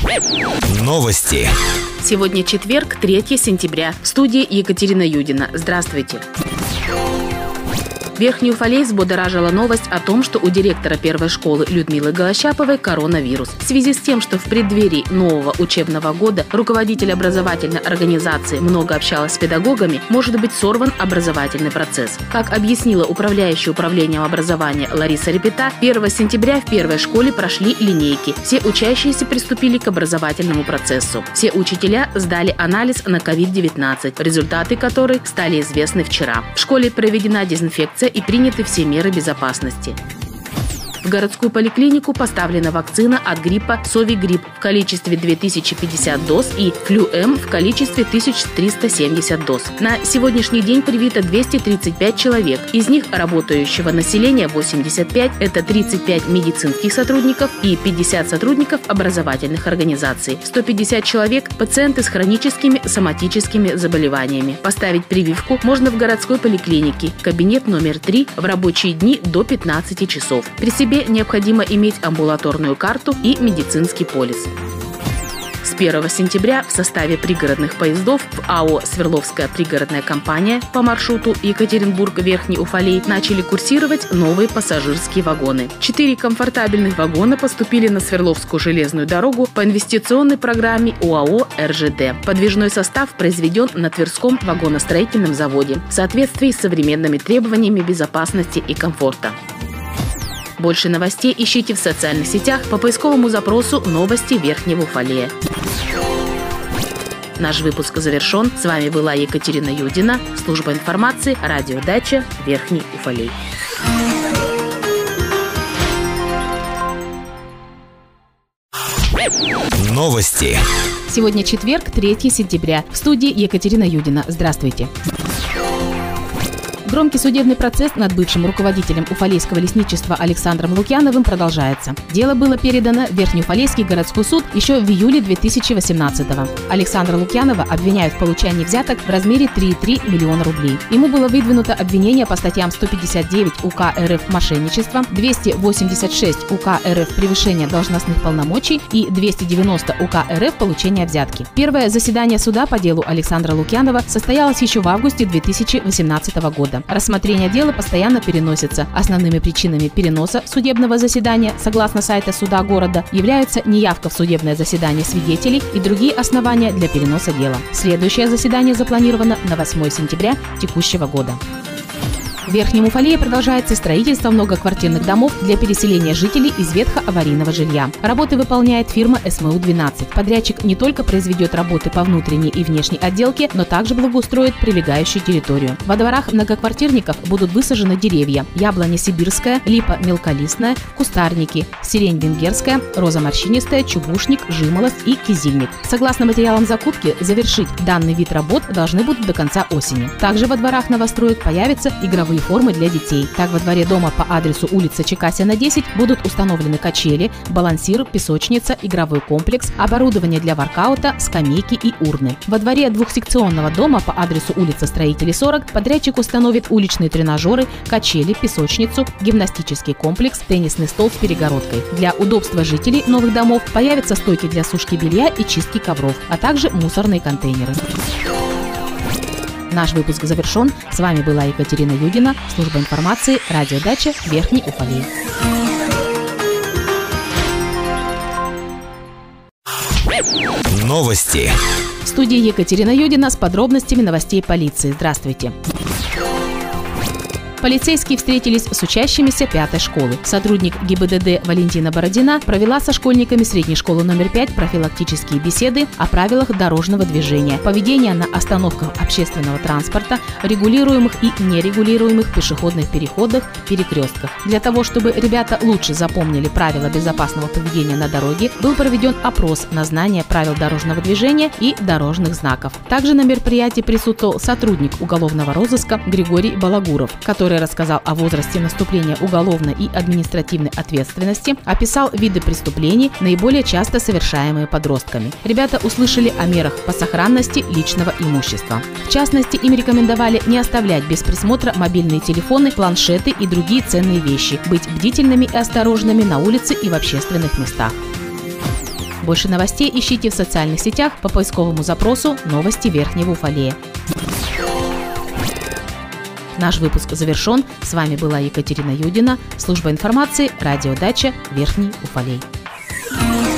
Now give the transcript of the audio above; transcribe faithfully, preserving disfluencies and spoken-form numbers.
Новости. Сегодня четверг, третье сентября. В студии Екатерина Юдина. Здравствуйте. Верхний Уфалей взбудоражила новость о том, что у директора первой школы Людмилы Голощаповой коронавирус. В связи с тем, что в преддверии нового учебного года руководитель образовательной организации много общалась с педагогами, может быть сорван образовательный процесс. Как объяснила управляющая управлением образования Лариса Репета, первого сентября в первой школе прошли линейки. Все учащиеся приступили к образовательному процессу. Все учителя сдали анализ на ковид девятнадцать, результаты которой стали известны вчера. В школе проведена дезинфекция и приняты все меры безопасности. В городскую поликлинику поставлена вакцина от гриппа Совигрипп в количестве две тысячи пятьдесят доз и Флюэм в количестве тысяча триста семьдесят доз. На сегодняшний день привито двести тридцать пять человек. Из них работающего населения восемьдесят пять, это тридцать пять медицинских сотрудников и пятьдесят сотрудников образовательных организаций. сто пятьдесят человек – пациенты с хроническими соматическими заболеваниями. Поставить прививку можно в городской поликлинике, кабинет номер три, в рабочие дни до пятнадцати часов. При себе необходимо иметь амбулаторную карту и медицинский полис. С первого сентября в составе пригородных поездов в АО «Свердловская пригородная компания» по маршруту Екатеринбург-Верхний Уфалей начали курсировать новые пассажирские вагоны. Четыре комфортабельных вагона поступили на Свердловскую железную дорогу по инвестиционной программе ОАО «эр жэ дэ». Подвижной состав произведен на Тверском вагоностроительном заводе в соответствии с современными требованиями безопасности и комфорта. Больше новостей ищите в социальных сетях по поисковому запросу «Новости Верхнего Уфалея». Наш выпуск завершен. С вами была Екатерина Юдина, служба информации, радиодача Верхний Уфалей. Новости. Сегодня четверг, третье сентября. В студии Екатерина Юдина. Здравствуйте. Громкий судебный процесс над бывшим руководителем Уфалейского лесничества Александром Лукьяновым продолжается. Дело было передано в Верхнеуфалейский городской суд еще в июле две тысячи восемнадцатого. Александра Лукьянова обвиняют в получении взяток в размере три и три миллиона рублей. Ему было выдвинуто обвинение по статьям сто пятьдесят девять УК РФ «Мошенничество», двести восемьдесят шесть УК РФ «Превышение должностных полномочий» и двести девяносто УК РФ «Получение взятки». Первое заседание суда по делу Александра Лукьянова состоялось еще в августе две тысячи восемнадцатого года. Рассмотрение дела постоянно переносится. Основными причинами переноса судебного заседания, согласно сайта суда города, являются неявка в судебное заседание свидетелей и другие основания для переноса дела. Следующее заседание запланировано на восьмое сентября текущего года. В Верхнем Уфалее продолжается строительство многоквартирных домов для переселения жителей из ветхоаварийного жилья. Работы выполняет фирма эс эм у двенадцать. Подрядчик не только произведет работы по внутренней и внешней отделке, но также благоустроит прилегающую территорию. Во дворах многоквартирников будут высажены деревья: яблоня сибирская, липа мелколистная, кустарники, сирень венгерская, роза морщинистая, чубушник, жимолость и кизильник. Согласно материалам закупки, завершить данный вид работ должны будут до конца осени. Также во дворах новостроек появятся игровые формы для детей. Так, во дворе дома по адресу улица Чекасина, десять будут установлены качели, балансир, песочница, игровой комплекс, оборудование для воркаута, скамейки и урны. Во дворе двухсекционного дома по адресу улица Строителей, сорок подрядчик установит уличные тренажеры, качели, песочницу, гимнастический комплекс, теннисный стол с перегородкой. Для удобства жителей новых домов появятся стойки для сушки белья и чистки ковров, а также мусорные контейнеры. Наш выпуск завершен. С вами была Екатерина Юдина, служба информации, радиодача Верхний Уфалей. Новости. В студии Екатерина Юдина с подробностями новостей полиции. Здравствуйте. Полицейские встретились с учащимися пятой школы. Сотрудник гэ и бэ дэ дэ Валентина Бородина провела со школьниками средней школы номер пять профилактические беседы о правилах дорожного движения, поведения на остановках общественного транспорта, регулируемых и нерегулируемых пешеходных переходах, перекрестках. Для того, чтобы ребята лучше запомнили правила безопасного поведения на дороге, был проведен опрос на знание правил дорожного движения и дорожных знаков. Также на мероприятии присутствовал сотрудник уголовного розыска Григорий Балагуров, который рассказал о возрасте наступления уголовной и административной ответственности, описал виды преступлений, наиболее часто совершаемые подростками. Ребята услышали о мерах по сохранности личного имущества. В частности, им рекомендовали не оставлять без присмотра мобильные телефоны, планшеты и другие ценные вещи, быть бдительными и осторожными на улице и в общественных местах. Больше новостей ищите в социальных сетях по поисковому запросу «Новости Верхнего Уфалея». Наш выпуск завершен. С вами была Екатерина Юдина, служба информации, радиодача Верхний Уфалей.